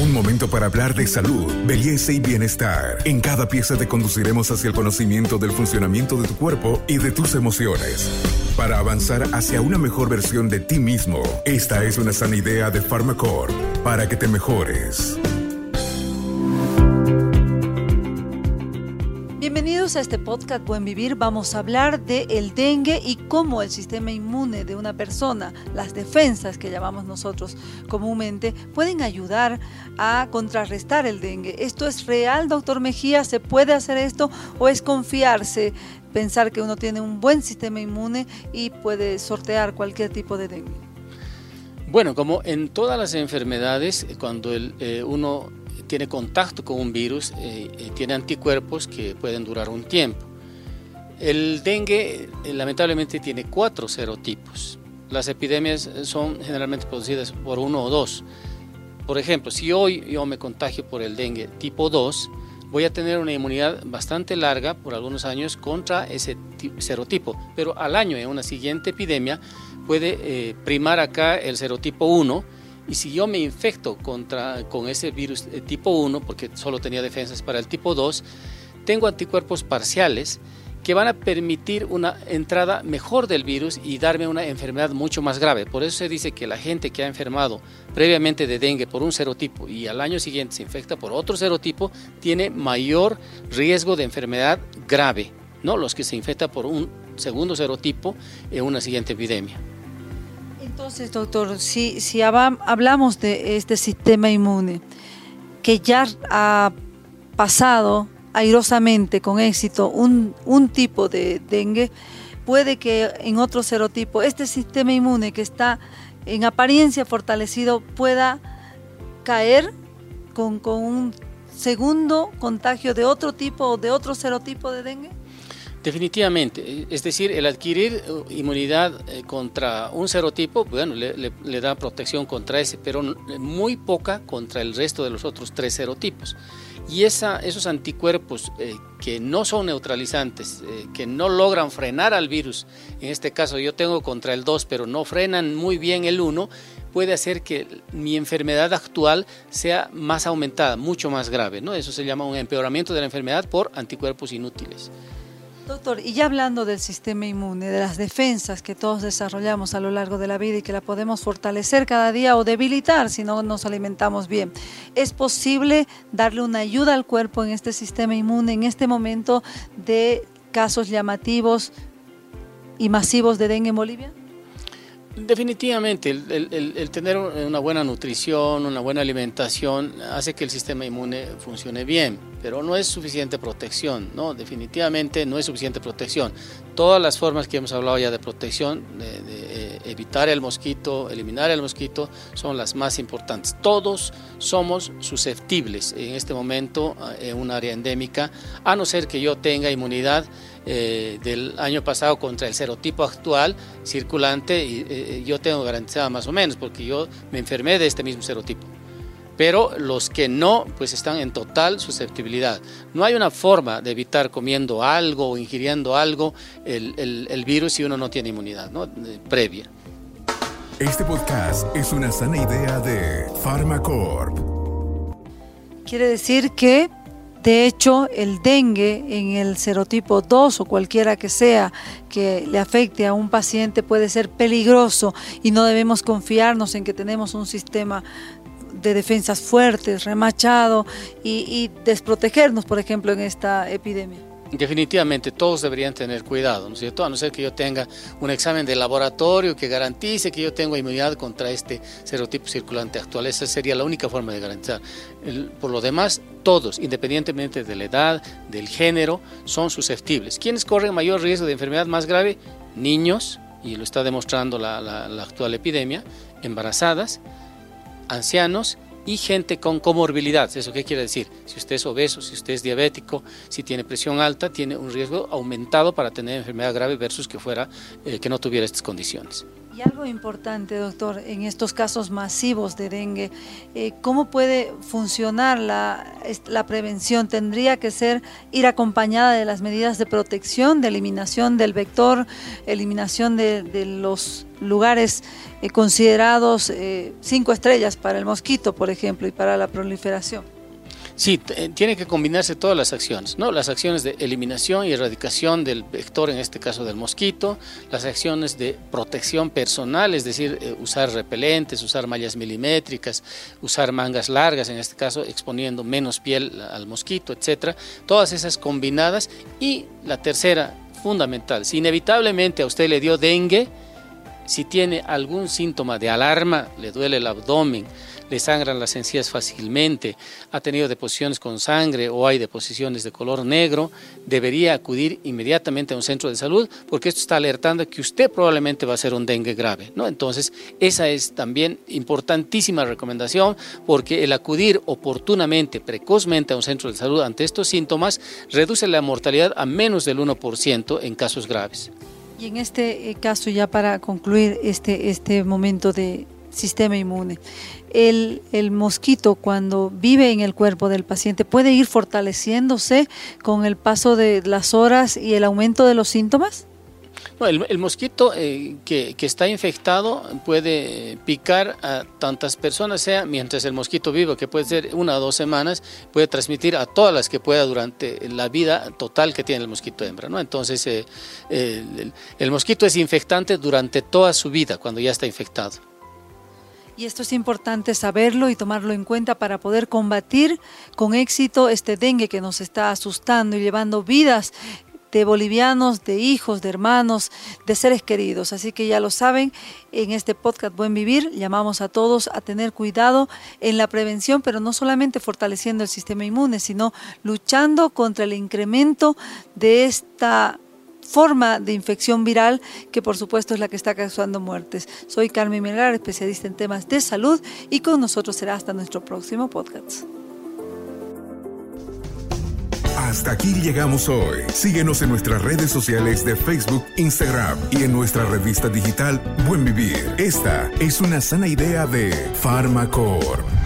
Un momento para hablar de salud, belleza y bienestar. En cada pieza te conduciremos hacia el conocimiento del funcionamiento de tu cuerpo y de tus emociones. Para avanzar hacia una mejor versión de ti mismo, esta es una sana idea de Pharmacorp para que te mejores. Bienvenidos a este podcast Buen Vivir. Vamos a hablar del dengue y cómo el sistema inmune de una persona, las defensas que llamamos nosotros comúnmente, pueden ayudar a contrarrestar el dengue. ¿Esto es real, doctor Mejía? ¿Se puede hacer esto o es confiarse, pensar que uno tiene un buen sistema inmune y puede sortear cualquier tipo de dengue? Bueno, como en todas las enfermedades, cuando uno tiene contacto con un virus, tiene anticuerpos que pueden durar un tiempo. El dengue lamentablemente tiene 4 serotipos. Las epidemias son generalmente producidas por 1 o 2. Por ejemplo, si hoy yo me contagio por el dengue tipo 2, voy a tener una inmunidad bastante larga por algunos años contra ese serotipo, pero al año en una siguiente epidemia puede primar acá el serotipo 1. Y si yo me infecto con ese virus tipo 1, porque solo tenía defensas para el tipo 2, tengo anticuerpos parciales que van a permitir una entrada mejor del virus y darme una enfermedad mucho más grave. Por eso se dice que la gente que ha enfermado previamente de dengue por un serotipo y al año siguiente se infecta por otro serotipo, tiene mayor riesgo de enfermedad grave, ¿no? Los que se infectan por un segundo serotipo en una siguiente epidemia. Entonces, doctor, si hablamos de este sistema inmune que ya ha pasado airosamente con éxito un tipo de dengue, puede que en otro serotipo este sistema inmune que está en apariencia fortalecido pueda caer con un segundo contagio de otro tipo o de otro serotipo de dengue. Definitivamente, es decir, el adquirir inmunidad contra un serotipo, bueno, le da protección contra ese, pero muy poca contra el resto de los otros 3 serotipos. Y esos anticuerpos que no son neutralizantes, que no logran frenar al virus, en este caso yo tengo contra el 2, pero no frenan muy bien el 1, puede hacer que mi enfermedad actual sea más aumentada, mucho más grave, ¿no? Eso se llama un empeoramiento de la enfermedad por anticuerpos inútiles. Doctor, y ya hablando del sistema inmune, de las defensas que todos desarrollamos a lo largo de la vida y que la podemos fortalecer cada día o debilitar si no nos alimentamos bien, ¿es posible darle una ayuda al cuerpo en este sistema inmune en este momento de casos llamativos y masivos de dengue en Bolivia? Definitivamente, el tener una buena nutrición, una buena alimentación hace que el sistema inmune funcione bien, pero no es suficiente protección, ¿no? Definitivamente no es suficiente protección. Todas las formas que hemos hablado ya de protección, de evitar el mosquito, eliminar el mosquito, son las más importantes. Todos somos susceptibles en este momento en un área endémica, a no ser que yo tenga inmunidad del año pasado contra el serotipo actual circulante y yo tengo garantizada más o menos porque yo me enfermé de este mismo serotipo, pero los que no, pues están en total susceptibilidad. No hay una forma de evitar comiendo algo o ingiriendo algo el virus si uno no tiene inmunidad, ¿no? Previa. Este podcast es una sana idea de Pharmacorp. Quiere decir que de hecho, el dengue en el serotipo 2 o cualquiera que sea que le afecte a un paciente puede ser peligroso y no debemos confiarnos en que tenemos un sistema de defensas fuertes, remachado y desprotegernos, por ejemplo, en esta epidemia. Definitivamente todos deberían tener cuidado, ¿no es cierto? A no ser que yo tenga un examen de laboratorio que garantice que yo tengo inmunidad contra este serotipo circulante actual. Esa sería la única forma de garantizar. Por lo demás, todos, independientemente de la edad, del género, son susceptibles. ¿Quiénes corren mayor riesgo de enfermedad más grave? Niños, y lo está demostrando la actual epidemia, embarazadas, ancianos y gente con comorbilidades. ¿Eso qué quiere decir? Si usted es obeso, si usted es diabético, si tiene presión alta, tiene un riesgo aumentado para tener enfermedad grave versus que no tuviera estas condiciones. Y algo importante, doctor, en estos casos masivos de dengue, ¿cómo puede funcionar la prevención? ¿Tendría que ir acompañada de las medidas de protección, de eliminación del vector, eliminación de los lugares considerados 5 estrellas para el mosquito, por ejemplo, y para la proliferación? Sí, tiene que combinarse todas las acciones, ¿no? Las acciones de eliminación y erradicación del vector, en este caso del mosquito, las acciones de protección personal, es decir, usar repelentes, usar mallas milimétricas, usar mangas largas, en este caso exponiendo menos piel al mosquito, etcétera. Todas esas combinadas. Y la tercera, fundamental, si inevitablemente a usted le dio dengue, si tiene algún síntoma de alarma, le duele el abdomen, le sangran las encías fácilmente, ha tenido deposiciones con sangre o hay deposiciones de color negro, debería acudir inmediatamente a un centro de salud, porque esto está alertando que usted probablemente va a ser un dengue grave, ¿no? Entonces, esa es también importantísima recomendación, porque el acudir oportunamente, precozmente a un centro de salud ante estos síntomas reduce la mortalidad a menos del 1% en casos graves. Y en este caso, ya para concluir este momento de sistema inmune, el mosquito, cuando vive en el cuerpo del paciente, ¿puede ir fortaleciéndose con el paso de las horas y el aumento de los síntomas? No, el mosquito que está infectado puede picar a tantas personas, sea mientras el mosquito viva, que puede ser 1 o 2 semanas, puede transmitir a todas las que pueda durante la vida total que tiene el mosquito hembra, ¿no? Entonces, el mosquito es infectante durante toda su vida, cuando ya está infectado. Y esto es importante saberlo y tomarlo en cuenta para poder combatir con éxito este dengue que nos está asustando y llevando vidas de bolivianos, de hijos, de hermanos, de seres queridos. Así que ya lo saben, en este podcast Buen Vivir llamamos a todos a tener cuidado en la prevención, pero no solamente fortaleciendo el sistema inmune, sino luchando contra el incremento de esta forma de infección viral, que por supuesto es la que está causando muertes. Soy Carmen Melgar, especialista en temas de salud, y con nosotros será hasta nuestro próximo podcast. Hasta aquí llegamos hoy. Síguenos en nuestras redes sociales de Facebook, Instagram y en nuestra revista digital Buen Vivir. Esta es una sana idea de Farmacorp.